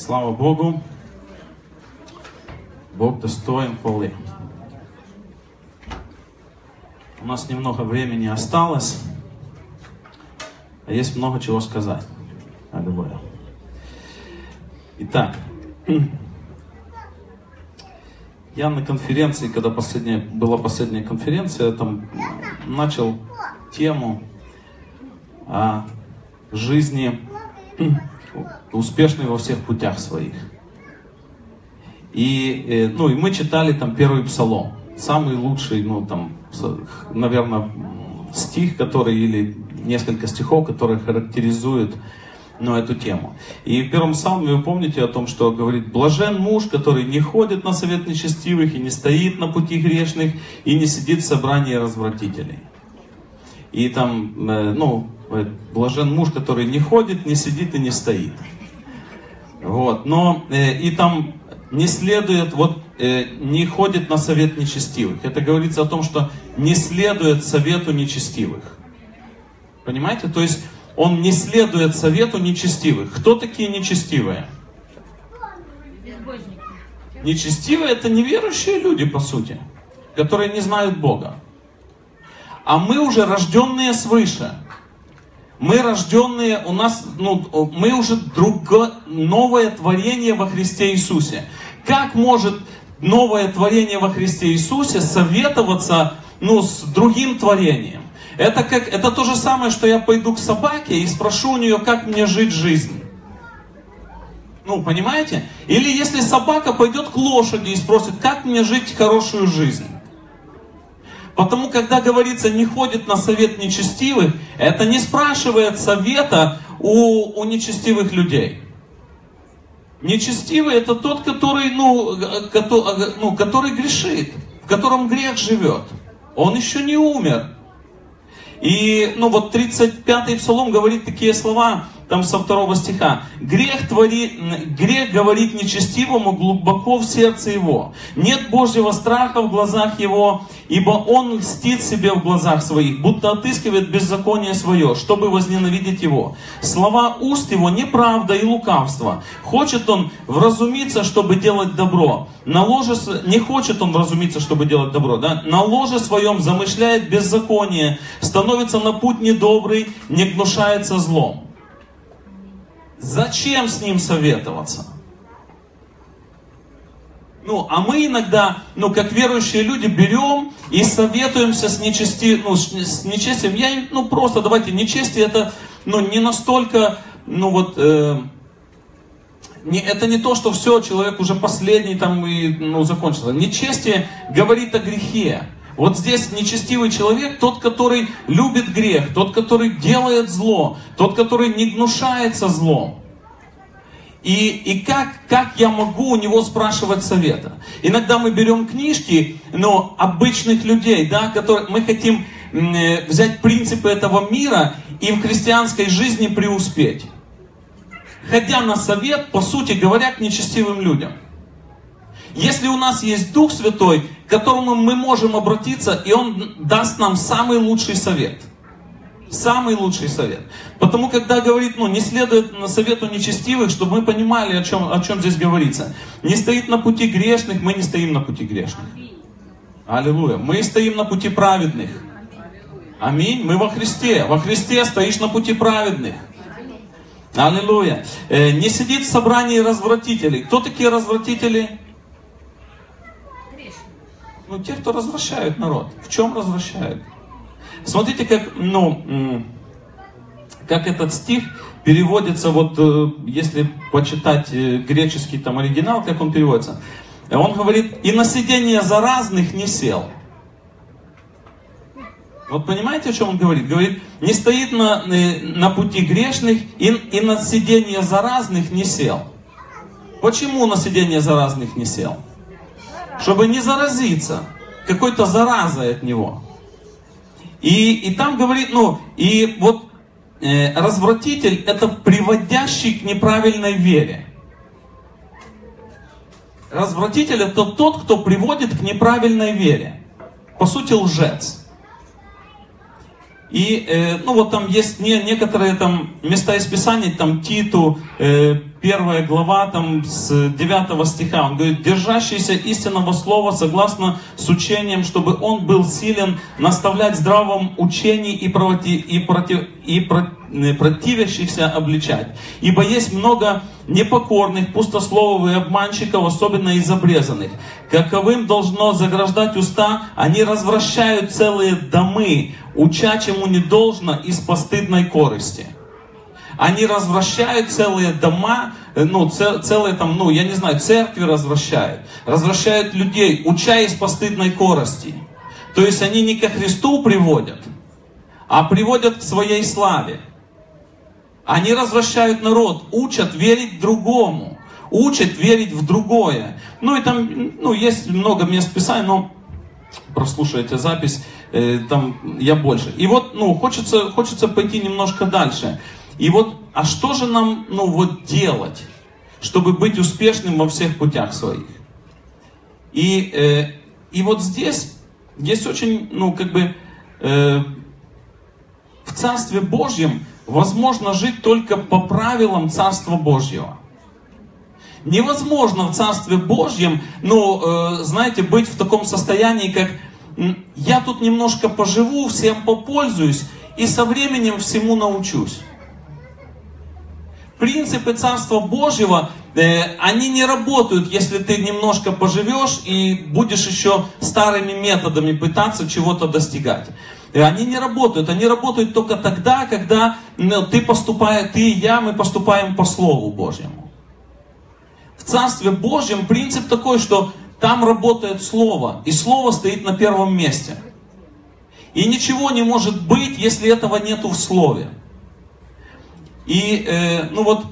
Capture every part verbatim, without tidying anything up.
Слава Богу, Бог достоин хвалы. У нас немного времени осталось, а есть много чего сказать. Аллилуйя. Итак, я на конференции, когда последняя, была последняя конференция, я там начал тему о жизни успешной во всех путях своих. И, ну, и мы читали там первый псалом, самый лучший, ну там, наверное, стих, который, или несколько стихов, которые характеризуют, ну, эту тему. И в первом псалме вы помните о том, что говорит: блажен муж, который не ходит на совет нечестивых, и не стоит на пути грешных, и не сидит в собрании развратителей. И там, ну, блажен муж, который не ходит, не сидит и не стоит. Вот. Но и там не следует, вот не ходит на совет нечестивых. Это говорится о том, что не следует совету нечестивых. Понимаете? То есть он не следует совету нечестивых. Кто такие нечестивые? Безбожники. Нечестивые — это неверующие люди, по сути, которые не знают Бога. А мы уже рожденные свыше. Мы рожденные, у нас, ну, мы уже друго, новое творение во Христе Иисусе. Как может новое творение во Христе Иисусе советоваться, ну, с другим творением? Это, как, это то же самое, что я пойду к собаке и спрошу у нее, как мне жить жизнь. Ну, понимаете? Или если собака пойдет к лошади и спросит, как мне жить хорошую жизнь. Потому, когда говорится, не ходит на совет нечестивых, это не спрашивает совета у, у нечестивых людей. Нечестивый — это тот, который, ну, который, ну, который грешит, в котором грех живет. Он еще не умер. И, ну, вот тридцать пятый псалом говорит такие слова, там со второго стиха. Грех, твори, грех говорит нечестивому глубоко в сердце его. Нет Божьего страха в глазах его, ибо он льстит себе в глазах своих, будто отыскивает беззаконие свое, чтобы возненавидеть его. Слова уст его неправда и лукавство. Хочет он вразумиться, чтобы делать добро. На ложе, не хочет он вразумиться, чтобы делать добро. Да? На ложе своем замышляет беззаконие, становится на путь недобрый, не гнушается злом. Зачем с ним советоваться? Ну, а мы иногда, ну, как верующие люди, берем и советуемся с нечестивым, ну, с нечестием. Я, ну, просто, давайте, нечестие это, ну, не настолько, ну, вот, э, не, это не то, что все, человек уже последний там и, ну, закончился. Нечестие говорит о грехе. Вот здесь нечестивый человек, тот, который любит грех, тот, который делает зло, тот, который не гнушается злом. И, и как, как я могу у него спрашивать совета? Иногда мы берем книжки, но обычных людей, да, которые, мы хотим э, взять принципы этого мира и в христианской жизни преуспеть. Ходя на совет, по сути говоря, к нечестивым людям. Если у нас есть Дух Святой, к которому мы можем обратиться, и Он даст нам самый лучший совет. Самый лучший совет. Потому, когда говорит, ну, не следует на совету нечестивых, чтобы мы понимали, о чем, о чем здесь говорится. Не стоит на пути грешных, мы не стоим на пути грешных. Аллилуйя. Мы стоим на пути праведных. Аминь. Мы во Христе. Во Христе стоишь на пути праведных. Аллилуйя. Э, не сидит в собрании развратителей. Кто такие развратители? Ну, те, кто развращают народ. В чем развращают? Смотрите, как, ну, как этот стих переводится, вот, если почитать греческий там оригинал, как он переводится. Он говорит, и на сидение заразных не сел. Вот понимаете, о чем он говорит? Говорит, не стоит на, на пути грешных, и, и на сидение заразных не сел. Почему на сидение заразных не сел? Чтобы не заразиться какой-то заразой от него. И, и там говорит, ну, и вот э, развратитель — это приводящий к неправильной вере. Развратитель — это тот, кто приводит к неправильной вере. По сути, лжец. И, э, ну, вот там есть не, некоторые там места из Писаний, там Титу, э, первая глава, там, с девятого стиха, он говорит: «Держащийся истинного слова согласно с учением, чтобы он был силен наставлять здравом учении и, против, и, против, и про, противящихся обличать. Ибо есть много непокорных, пустословов и обманщиков, особенно из обрезанных. Каковым должно заграждать уста, они развращают целые домы, уча чему не должно из постыдной корысти». Они развращают целые дома, ну, целые там, ну, я не знаю, церкви развращают. Развращают людей, уча из постыдной корости. То есть они не ко Христу приводят, а приводят к своей славе. Они развращают народ, учат верить другому, учат верить в другое. Ну и там, ну, есть много мест Писания, но прослушайте запись, э, там я больше. И вот, ну, хочется, хочется пойти немножко дальше. И вот, а что же нам, ну, вот делать, чтобы быть успешным во всех путях своих? И, э, и вот здесь есть очень, ну, как бы, э, в Царстве Божьем возможно жить только по правилам Царства Божьего. Невозможно в Царстве Божьем, ну, э, знаете, быть в таком состоянии, как я тут немножко поживу, всем попользуюсь и со временем всему научусь. Принципы Царства Божьего, э, они не работают, если ты немножко поживешь и будешь еще старыми методами пытаться чего-то достигать. И они не работают. Они работают только тогда, когда, ну, ты поступаешь, ты и я, мы поступаем по Слову Божьему. В Царстве Божьем принцип такой, что там работает Слово, и Слово стоит на первом месте. И ничего не может быть, если этого нету в Слове. И, э, ну вот,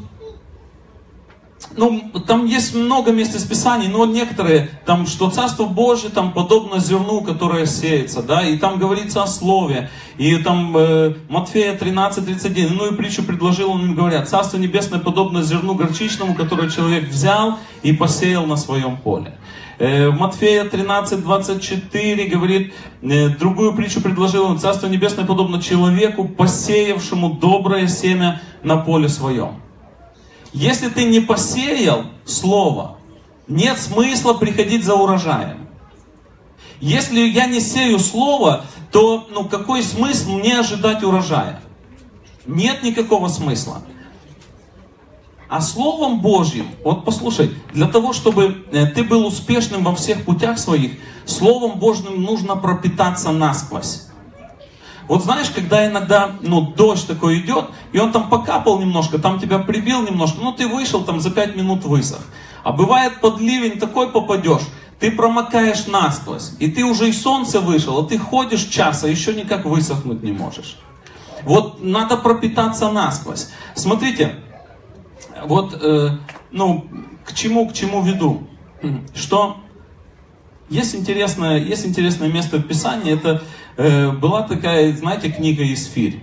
ну, там есть много мест из Писаний, но некоторые, там, что Царство Божье, там, подобно зерну, которое сеется, да, и там говорится о Слове, и там, э, Матфея тринадцать тридцать один, ну и притчу предложил, он им говорят: «Царство Небесное подобно зерну горчичному, которое человек взял и посеял на своем поле». В Матфея тринадцать двадцать четыре говорит, другую притчу предложил он: «Царство Небесное подобно человеку, посеявшему доброе семя на поле своем». Если ты не посеял слово, нет смысла приходить за урожаем. Если я не сею слово, то, ну, какой смысл мне ожидать урожая? Нет никакого смысла. А Словом Божьим, вот послушай, для того, чтобы ты был успешным во всех путях своих, Словом Божьим нужно пропитаться насквозь. Вот знаешь, когда иногда, ну, дождь такой идет, и он там покапал немножко, там тебя прибил немножко, ну, ты вышел, там за пять минут высох. А бывает, под ливень такой попадешь, ты промокаешь насквозь, и ты уже и солнце вышел, а ты ходишь час, а еще никак высохнуть не можешь. Вот надо пропитаться насквозь. Смотрите, вот, э, ну, к чему, к чему веду? Что есть интересное, есть интересное место в Писании, это э, была такая, знаете, книга «Исфирь».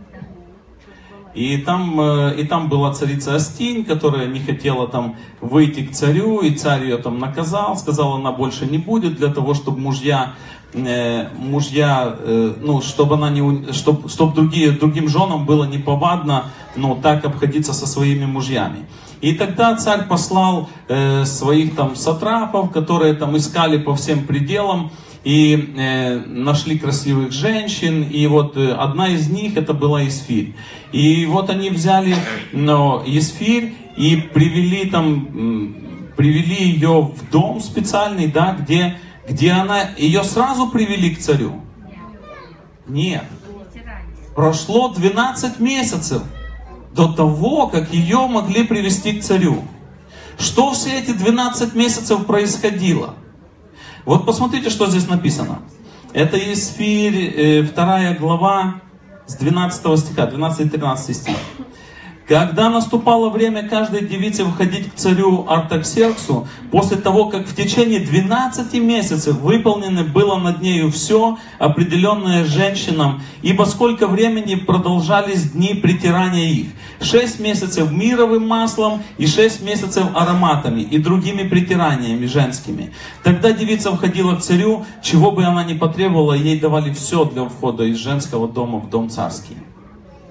И там, э, и там была царица Астинь, которая не хотела там выйти к царю, и царь ее там наказал, сказал, она больше не будет, для того, чтобы мужья, э, мужья э, ну, чтобы она не, чтобы, чтобы другие, другим женам было неповадно, ну, так обходиться со своими мужьями. И тогда царь послал э, своих там сатрапов, которые там искали по всем пределам, и э, нашли красивых женщин, и вот э, одна из них это была Исфирь. И вот они взяли, ну, Исфирь и привели там, привели ее в дом специальный, да, где, где она, ее сразу привели к царю? Нет. Прошло двенадцать месяцев до того, как ее могли привести к царю. Что все эти двенадцать месяцев происходило? Вот посмотрите, что здесь написано. Это Исфирь, вторая глава, с двенадцатого стиха, двенадцатый-тринадцатый стих. «Когда наступало время каждой девице выходить к царю Артаксерксу, после того, как в течение двенадцати месяцев выполнено было над нею все, определенное женщинам, ибо сколько времени продолжались дни притирания их, шесть месяцев мировым маслом и шесть месяцев ароматами и другими притираниями женскими. Тогда девица входила к царю, чего бы она ни потребовала, ей давали все для входа из женского дома в дом царский».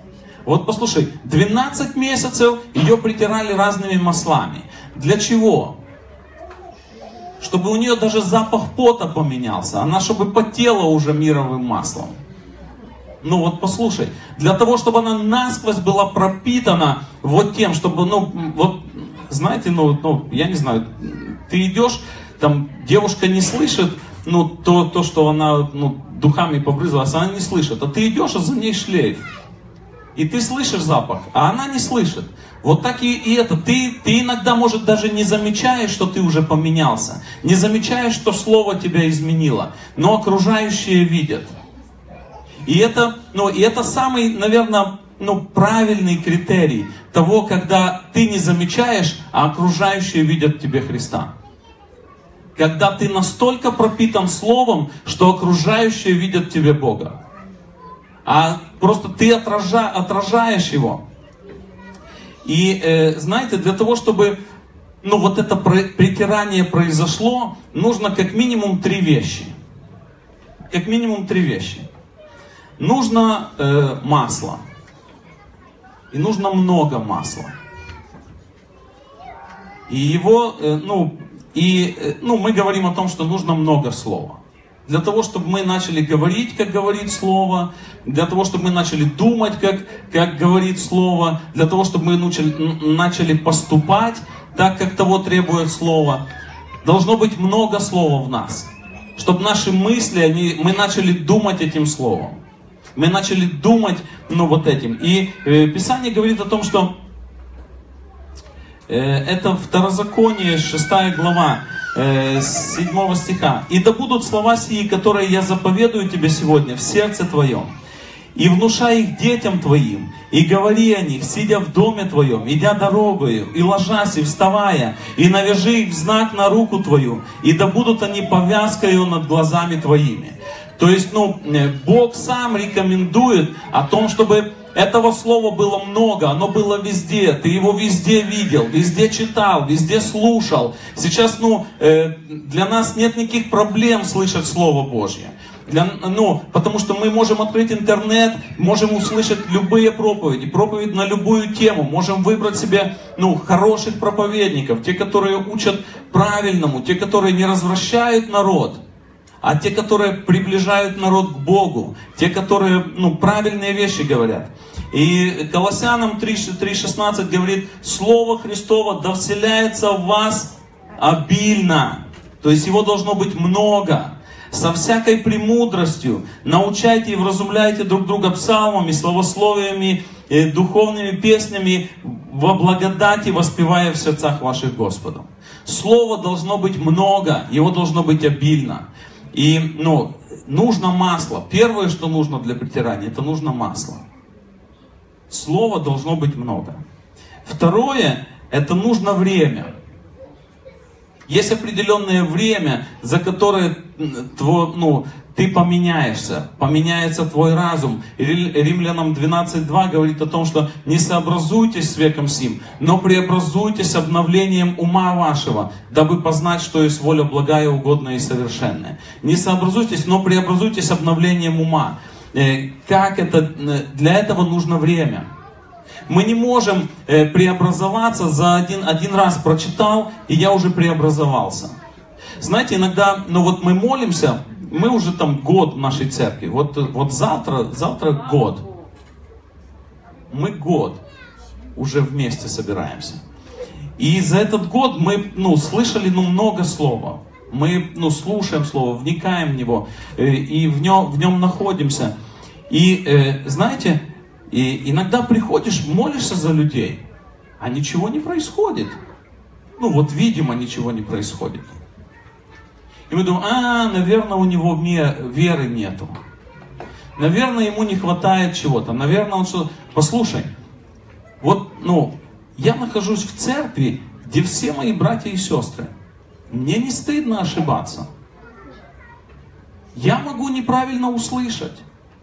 Вот послушай, двенадцать месяцев ее притирали разными маслами. Для чего? Чтобы у нее даже запах пота поменялся. Она чтобы потела уже мировым маслом. Ну вот послушай, для того, чтобы она насквозь была пропитана вот тем, чтобы, ну, вот, знаете, ну, ну я не знаю, ты идешь, там, девушка не слышит, ну, то, то что она, ну, духами побрызгалась, она не слышит. А ты идешь, а за ней шлейф. И ты слышишь запах, а она не слышит. Вот так и, и это. Ты, ты иногда, может, даже не замечаешь, что ты уже поменялся. Не замечаешь, что слово тебя изменило. Но окружающие видят. И это, ну, и это самый, наверное, ну, правильный критерий того, когда ты не замечаешь, а окружающие видят в тебе Христа. Когда ты настолько пропитан Словом, что окружающие видят в тебе Бога. А просто ты отража, отражаешь Его. И э, знаете, для того, чтобы ну, вот это притирание произошло, нужно как минимум три вещи. Как минимум три вещи. Нужно э, масло. И нужно много масла. И его, э, ну, и, э, ну, мы говорим о том, что нужно много слова. Для того, чтобы мы начали говорить, как говорит Слово, для того, чтобы мы начали думать, как, как говорит Слово, для того, чтобы мы начали, начали поступать так, как того требует Слово, должно быть много Слова в нас. Чтобы наши мысли, они, мы начали думать этим Словом. Мы начали думать, ну, вот этим. И э, Писание говорит о том, что э, это Второзаконие, шестая глава, э, седьмого стиха. «И да будут слова сии, которые я заповедую тебе сегодня в сердце твоем, и внушай их детям твоим, и говори о них, сидя в доме твоем, идя дорогою, и ложась, и вставая, и навяжи их в знак на руку твою, и да будут они повязкою над глазами твоими». То есть, ну, Бог сам рекомендует о том, чтобы этого слова было много, оно было везде, ты его везде видел, везде читал, везде слушал. Сейчас, ну, для нас нет никаких проблем слышать Слово Божье. Для, ну, потому что мы можем открыть интернет, можем услышать любые проповеди, проповедь на любую тему, можем выбрать себе, ну, хороших проповедников, те, которые учат правильному, те, которые не развращают народ, а те, которые приближают народ к Богу, те, которые, ну, правильные вещи говорят. И Колоссянам три шестнадцать говорит: Слово Христово да вселяется в вас обильно. То есть его должно быть много. Со всякой премудростью научайте и вразумляйте друг друга псалмами, славословиями, духовными песнями во благодати, воспевая в сердцах ваших Господу. Слова должно быть много, его должно быть обильно. И, ну, нужно масло. Первое, что нужно для притирания, это нужно масло. Слова должно быть много. Второе, это нужно время. Есть определенное время, за которое твой, ну, ты поменяешься, поменяется твой разум. Римлянам двенадцать два говорит о том, что не сообразуйтесь с веком сим, но преобразуйтесь обновлением ума вашего, дабы познать, что есть воля благая, угодная и совершенная. Не сообразуйтесь, но преобразуйтесь обновлением ума. Как это? Для этого нужно время. Мы не можем э, преобразоваться за один, один раз прочитал, и я уже преобразовался. Знаете, иногда, ну вот мы молимся, мы уже там год в нашей церкви. Вот, вот завтра, завтра год. Мы год уже вместе собираемся. И за этот год мы, ну, слышали, ну, много слова. Мы, ну, слушаем слово, вникаем в него, э, и в нем, в нем находимся. И, э, знаете, и иногда приходишь, молишься за людей, а ничего не происходит. Ну вот, видимо, ничего не происходит. И мы думаем: а, наверное, у него веры нету. Наверное, ему не хватает чего-то. Наверное, он что-то... Послушай, вот, ну, я нахожусь в церкви, где все мои братья и сестры. Мне не стыдно ошибаться. Я могу неправильно услышать.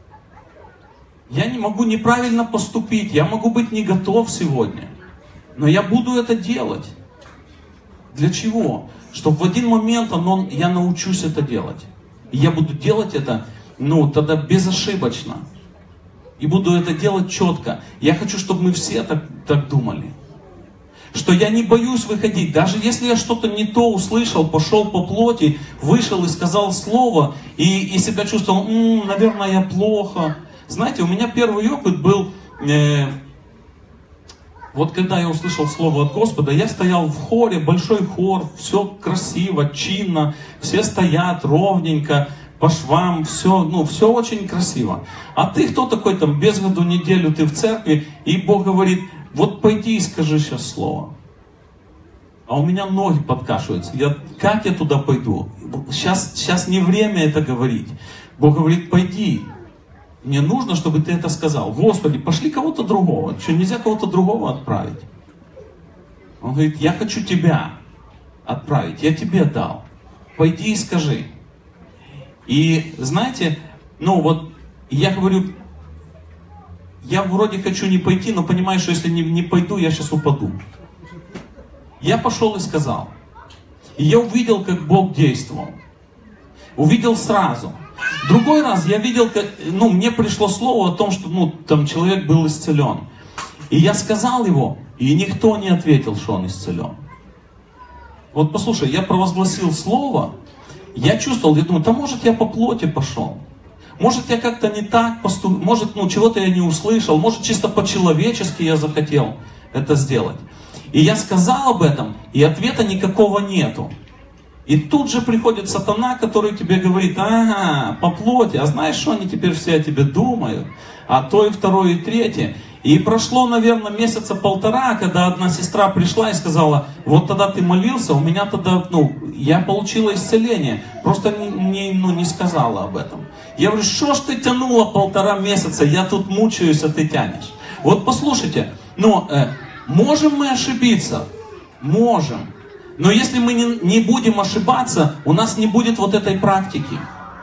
Я не могу неправильно поступить, я могу быть не готов сегодня. Но я буду это делать. Для чего? Чтобы в один момент оно, я научусь это делать. И я буду делать это, ну, тогда безошибочно. И буду это делать четко. Я хочу, чтобы мы все так, так думали. Что я не боюсь выходить. Даже если я что-то не то услышал, пошел по плоти, вышел и сказал слово, и, и себя чувствовал, м-м, наверное, я плохо. Знаете, у меня первый опыт был, э, вот когда я услышал слово от Господа, я стоял в хоре, большой хор, все красиво, чинно, все стоят ровненько, по швам, все, ну, все очень красиво. А ты кто такой там, без году неделю ты в церкви, и Бог говорит, вот пойди и скажи сейчас слово. А у меня ноги подкашиваются. Я, как я туда пойду? Сейчас, сейчас не время это говорить. Бог говорит, пойди. Мне нужно, чтобы ты это сказал. Господи, пошли кого-то другого. Что, нельзя кого-то другого отправить? Он говорит, я хочу тебя отправить. Я тебе дал. Пойди и скажи. И знаете, ну вот, я говорю, я вроде хочу не пойти, но понимаю, что если не, не пойду, я сейчас упаду. Я пошел и сказал. И я увидел, как Бог действовал. Увидел сразу. Другой раз я видел, как, ну, мне пришло слово о том, что, ну, там человек был исцелен. И я сказал его, и никто не ответил, что он исцелен. Вот послушай, я провозгласил слово, я чувствовал, я думаю, да может я по плоти пошел. Может я как-то не так поступил, может, ну, чего-то я не услышал, может чисто по-человечески я захотел это сделать. И я сказал об этом, и ответа никакого нету. И тут же приходит сатана, который тебе говорит, ага, по плоти, а знаешь, что они теперь все о тебе думают? А то и второе, и третье. И прошло, наверное, месяца полтора, когда одна сестра пришла и сказала, вот тогда ты молился, у меня тогда, ну, я получила исцеление, просто не, не, ну, не сказала об этом. Я говорю, что ж ты тянула полтора месяца, я тут мучаюсь, а ты тянешь. Вот послушайте, ну, э, можем мы ошибиться? Можем. Но если мы не, не будем ошибаться, у нас не будет вот этой практики.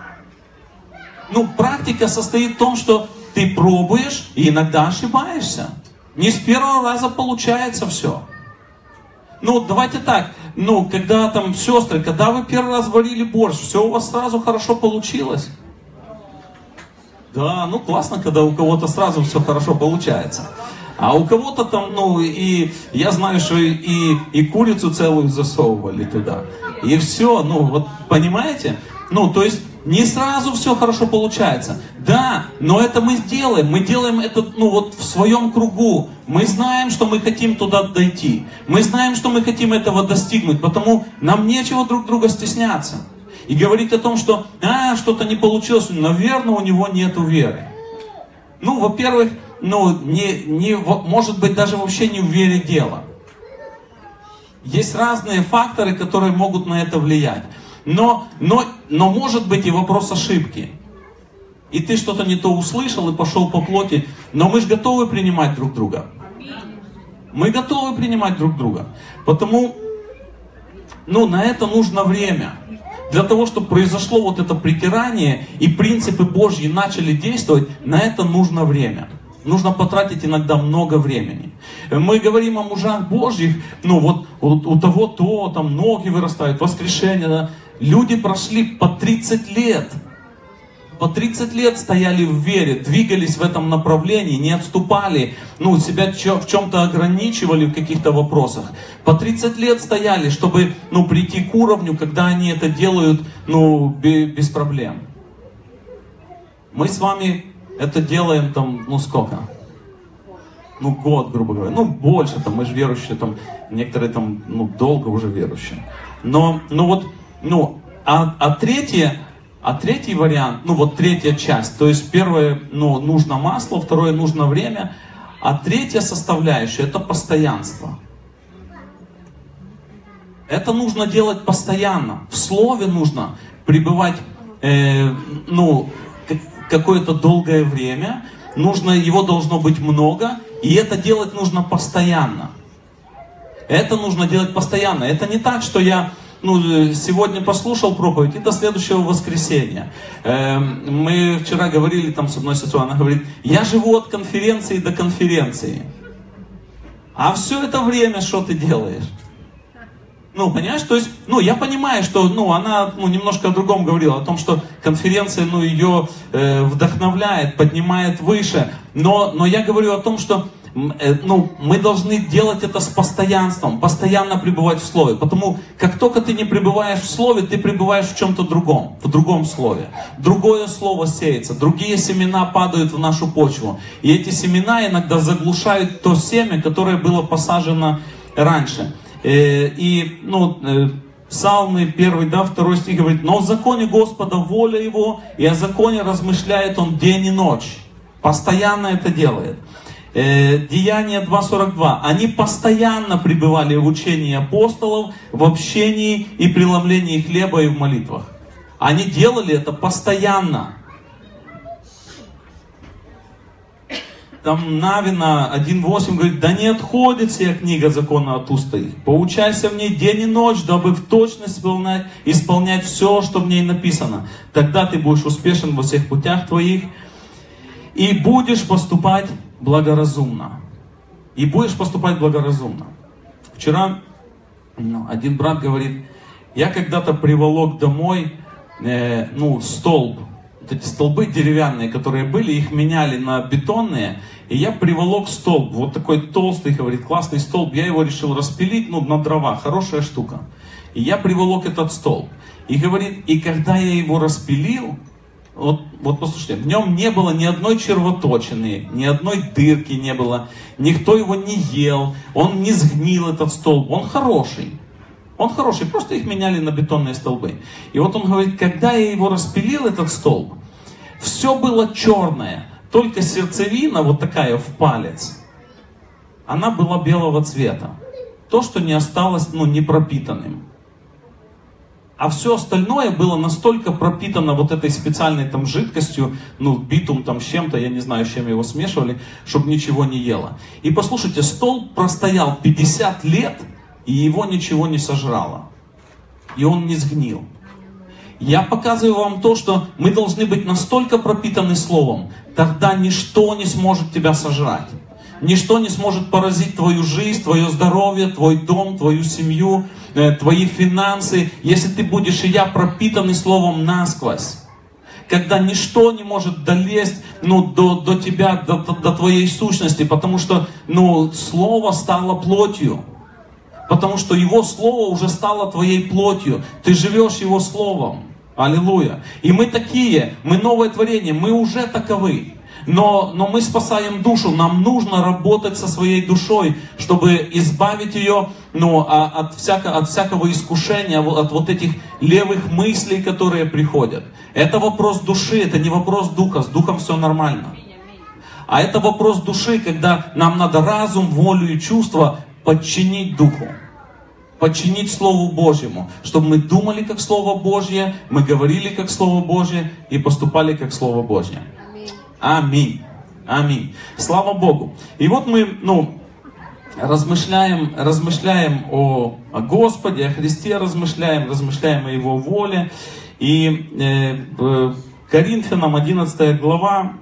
Ну, практика состоит в том, что ты пробуешь и иногда ошибаешься. Не с первого раза получается все. Ну, давайте так, ну, когда там сестры, когда вы первый раз варили борщ, все у вас сразу хорошо получилось? Да, ну классно, когда у кого-то сразу все хорошо получается. А у кого-то там, ну, и я знаю, что и, и, и курицу целую засовывали туда. И все, ну, вот, понимаете? Ну, то есть, не сразу все хорошо получается. Да, но это мы сделаем. Мы делаем это, ну, вот в своем кругу. Мы знаем, что мы хотим туда дойти. Мы знаем, что мы хотим этого достигнуть. Потому нам нечего друг друга стесняться. И говорить о том, что, а, что-то не получилось, наверное, у него нету веры. Ну, во-первых, ну, не, не, может быть, даже вообще не в вере дело. Есть разные факторы, которые могут на это влиять. Но, но, но может быть и вопрос ошибки. И ты что-то не то услышал и пошел по плоти. Но мы же готовы принимать друг друга. Мы готовы принимать друг друга. Потому, ну, на это нужно время. Для того, чтобы произошло вот это притирание и принципы Божьи начали действовать, на это нужно время. Нужно потратить иногда много времени. Мы говорим о мужах Божьих, ну вот у, у того то, там ноги вырастают, воскрешение. Да. Люди прошли по тридцать лет. По тридцать лет стояли в вере, двигались в этом направлении, не отступали, ну, себя в чем-то ограничивали в каких-то вопросах. По тридцать лет стояли, чтобы, ну, прийти к уровню, когда они это делают, ну, без проблем. Мы с вами это делаем там, ну, сколько? Ну, год, грубо говоря. Ну, больше, там, мы же верующие, там, некоторые там, ну, долго уже верующие. Но, ну, вот, ну, а, а третье... А третий вариант, ну вот третья часть, то есть первое, ну, нужно масло, второе, нужно время, а третья составляющая, это постоянство. Это нужно делать постоянно. В слове нужно пребывать, э, ну, какое-то долгое время, нужно, его должно быть много, и это делать нужно постоянно. Это нужно делать постоянно. Это не так, что я... Ну, сегодня послушал проповедь, и до следующего воскресенья. Мы вчера говорили там с одной сестрой, она говорит, я живу от конференции до конференции. А все это время что ты делаешь? Ну, понимаешь, то есть, ну, я понимаю, что, ну, она, ну, немножко о другом говорила, о том, что конференция, ну, ее э, вдохновляет, поднимает выше, Но, но я говорю о том, что ну, мы должны делать это с постоянством, постоянно пребывать в Слове. Потому как только ты не пребываешь в Слове, ты пребываешь в чем-то другом, в другом Слове. Другое Слово сеется, другие семена падают в нашу почву. И эти семена иногда заглушают то семя, которое было посажено раньше. И, ну, Псалмы первый, да, второй стих говорит: «Но в законе Господа воля Его, и о законе размышляет Он день и ночь». Постоянно это делает. Деяния два сорок два. Они постоянно пребывали в учении апостолов, в общении и преломлении хлеба и в молитвах. Они делали это постоянно. Там Навина один восемь говорит: «Да не отходит сия книга закона от уст их. Поучайся в ней день и ночь, дабы в точность исполнять, исполнять все, что в ней написано. Тогда ты будешь успешен во всех путях твоих и будешь поступать благоразумно». И будешь поступать благоразумно. Вчера ну, один брат говорит: я когда-то приволок домой э, ну, столб. Вот эти столбы деревянные, которые были, их меняли на бетонные. И я приволок столб, вот такой толстый, говорит, классный столб. Я его решил распилить, ну, на дрова, хорошая штука. И я приволок этот столб. И говорит, и когда я его распилил, вот, вот послушайте, в нем не было ни одной червоточины, ни одной дырки не было, никто его не ел, он не сгнил, этот столб, он хороший. Он хороший, просто их меняли на бетонные столбы. И вот он говорит, когда я его распилил, этот столб, все было черное, только сердцевина, вот такая в палец, она была белого цвета. То, что не осталось, ну, не пропитанным. А все остальное было настолько пропитано вот этой специальной там жидкостью, ну, битум там с чем-то, я не знаю, с чем его смешивали, чтобы ничего не ело. И послушайте, столб простоял пятьдесят лет, и его ничего не сожрало. И он не сгнил. Я показываю вам то, что мы должны быть настолько пропитаны Словом, тогда ничто не сможет тебя сожрать. Ничто не сможет поразить твою жизнь, твое здоровье, твой дом, твою семью, э, твои финансы, если ты будешь и я пропитаны Словом насквозь. Когда ничто не может долезть ну, до, до тебя, до, до, до твоей сущности, потому что ну, Слово стало плотью. Потому что Его Слово уже стало твоей плотью. Ты живешь Его Словом. Аллилуйя. И мы такие, мы новое творение, мы уже таковы. Но, но мы спасаем душу, нам нужно работать со своей душой, чтобы избавить ее ну, от, всяко, от всякого искушения, от вот этих левых мыслей, которые приходят. Это вопрос души, это не вопрос духа, с духом все нормально. А это вопрос души, когда нам надо разум, волю и чувства подчинить духу. Подчинить Слову Божьему, чтобы мы думали как Слово Божье, мы говорили как Слово Божье и поступали как Слово Божье. Аминь. Аминь. Слава Богу. И вот мы, ну, размышляем, размышляем о, о Господе, о Христе размышляем, размышляем о Его воле. И э, в Коринфянам одиннадцатая глава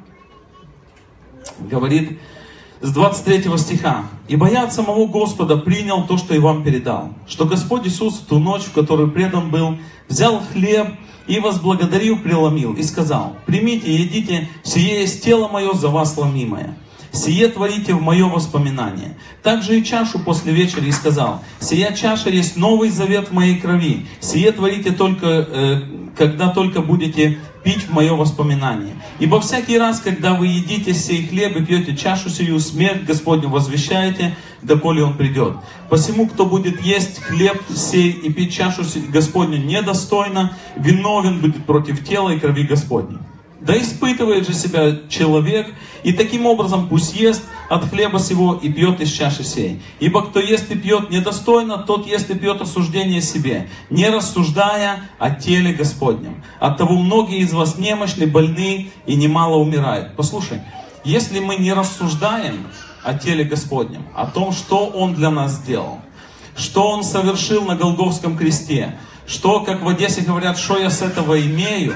говорит с двадцать третьего стиха. «Ибо я от самого Господа принял то, что и вам передал, что Господь Иисус в ту ночь, в которую предан был, взял хлеб и, возблагодарив, преломил и сказал: примите и едите, сие есть тело мое за вас ломимое. Сие творите в мое воспоминание. Также и чашу после вечери и сказал: сия чаша есть новый завет в моей крови. Сие творите только, э, когда только будете пить в мое воспоминание. Ибо всякий раз, когда вы едите сей хлеб и пьете чашу сию, смерть Господню возвещаете, доколе Он придет. Посему, кто будет есть хлеб сей и пить чашу Господню недостойно, виновен будет против тела и крови Господней. Да испытывает же себя человек, и таким образом пусть ест от хлеба сего и пьет из чаши сей. Ибо кто ест и пьет недостойно, тот ест и пьет осуждение себе, не рассуждая о теле Господнем. Оттого многие из вас немощны, больны и немало умирают». Послушай, если мы не рассуждаем о теле Господнем, о том, что Он для нас сделал, что Он совершил на Голгофском кресте, что, как в Одессе говорят, что я с этого имею,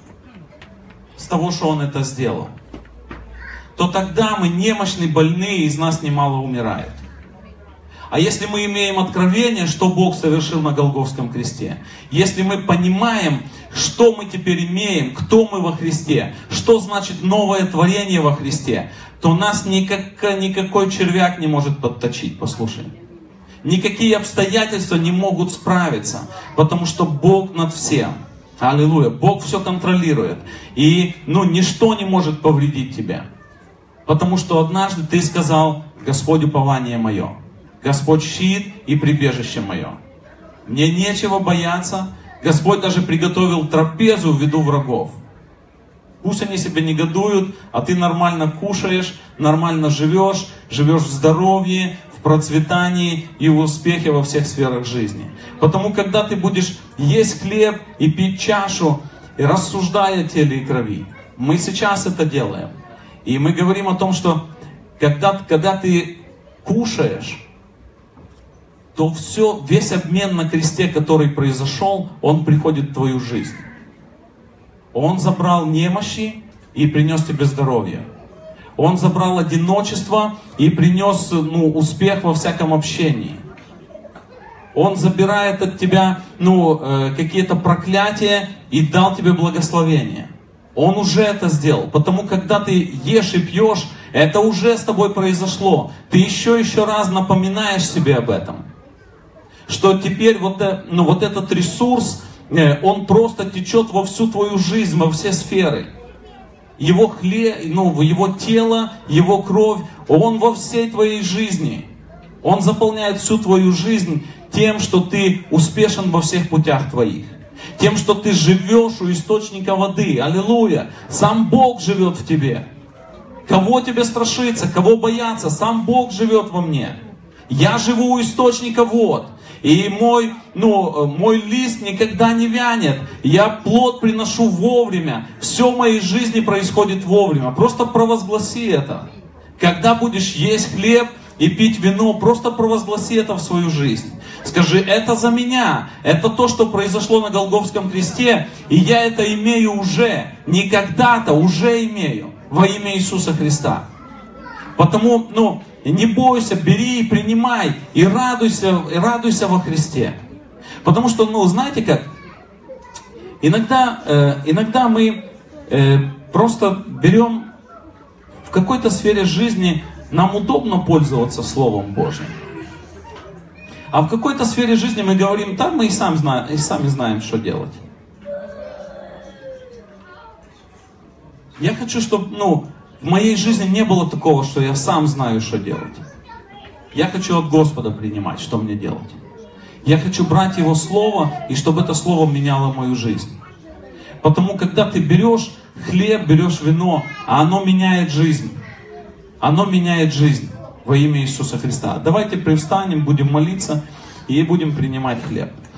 с того, что Он это сделал, то тогда мы немощны, больны, и из нас немало умирает. А если мы имеем откровение, что Бог совершил на Голгофском кресте, если мы понимаем, что мы теперь имеем, кто мы во Христе, что значит новое творение во Христе, то нас никак, никакой червяк не может подточить, послушай. Никакие обстоятельства не могут справиться, потому что Бог над всем. Аллилуйя. Бог все контролирует. И ну, ничто не может повредить тебя. Потому что однажды ты сказал: Господь упование мое, Господь щит и прибежище мое. Мне нечего бояться. Господь даже приготовил трапезу в виду врагов. Пусть они себя негодуют, а ты нормально кушаешь, нормально живешь, живешь в здоровье, в процветании и в успехе во всех сферах жизни. Потому когда ты будешь есть хлеб и пить чашу, и рассуждая о теле и крови, мы сейчас это делаем. И мы говорим о том, что когда, когда ты кушаешь, то все, весь обмен на кресте, который произошел, он приходит в твою жизнь. Он забрал немощи и принес тебе здоровье. Он забрал одиночество и принес ну, успех во всяком общении. Он забирает от тебя ну, э, какие-то проклятия и дал тебе благословение. Он уже это сделал. Потому когда ты ешь и пьешь, это уже с тобой произошло. Ты еще еще раз напоминаешь себе об этом. Что теперь вот, ну, вот этот ресурс, он просто течет во всю твою жизнь, во все сферы. Его хлеб, ну, его тело, его кровь, он во всей твоей жизни. Он заполняет всю твою жизнь тем, что ты успешен во всех путях твоих. Тем, что ты живешь у источника воды. Аллилуйя! Сам Бог живет в тебе. Кого тебе страшиться, кого бояться? Сам Бог живет во мне. Я живу у источника вод. И мой, ну, мой лист никогда не вянет. Я плод приношу вовремя. Все в моей жизни происходит вовремя. Просто провозгласи это. Когда будешь есть хлеб и пить вино, просто провозгласи это в свою жизнь. Скажи: это за меня. Это то, что произошло на Голгофском кресте. И я это имею уже. Не когда-то, уже имею. Во имя Иисуса Христа. Потому, ну, не бойся, бери и принимай, и радуйся, и радуйся во Христе. Потому что, ну, знаете как, иногда, э, иногда мы э, просто берем в какой-то сфере жизни, нам удобно пользоваться Словом Божьим. А в какой-то сфере жизни мы говорим: так мы и, сам знаем, и сами знаем, что делать. Я хочу, чтобы, ну, в моей жизни не было такого, что я сам знаю, что делать. Я хочу от Господа принимать, что мне делать. Я хочу брать Его Слово, и чтобы это Слово меняло мою жизнь. Потому, когда ты берешь хлеб, берешь вино, а оно меняет жизнь. Оно меняет жизнь во имя Иисуса Христа. Давайте привстанем, будем молиться и будем принимать хлеб.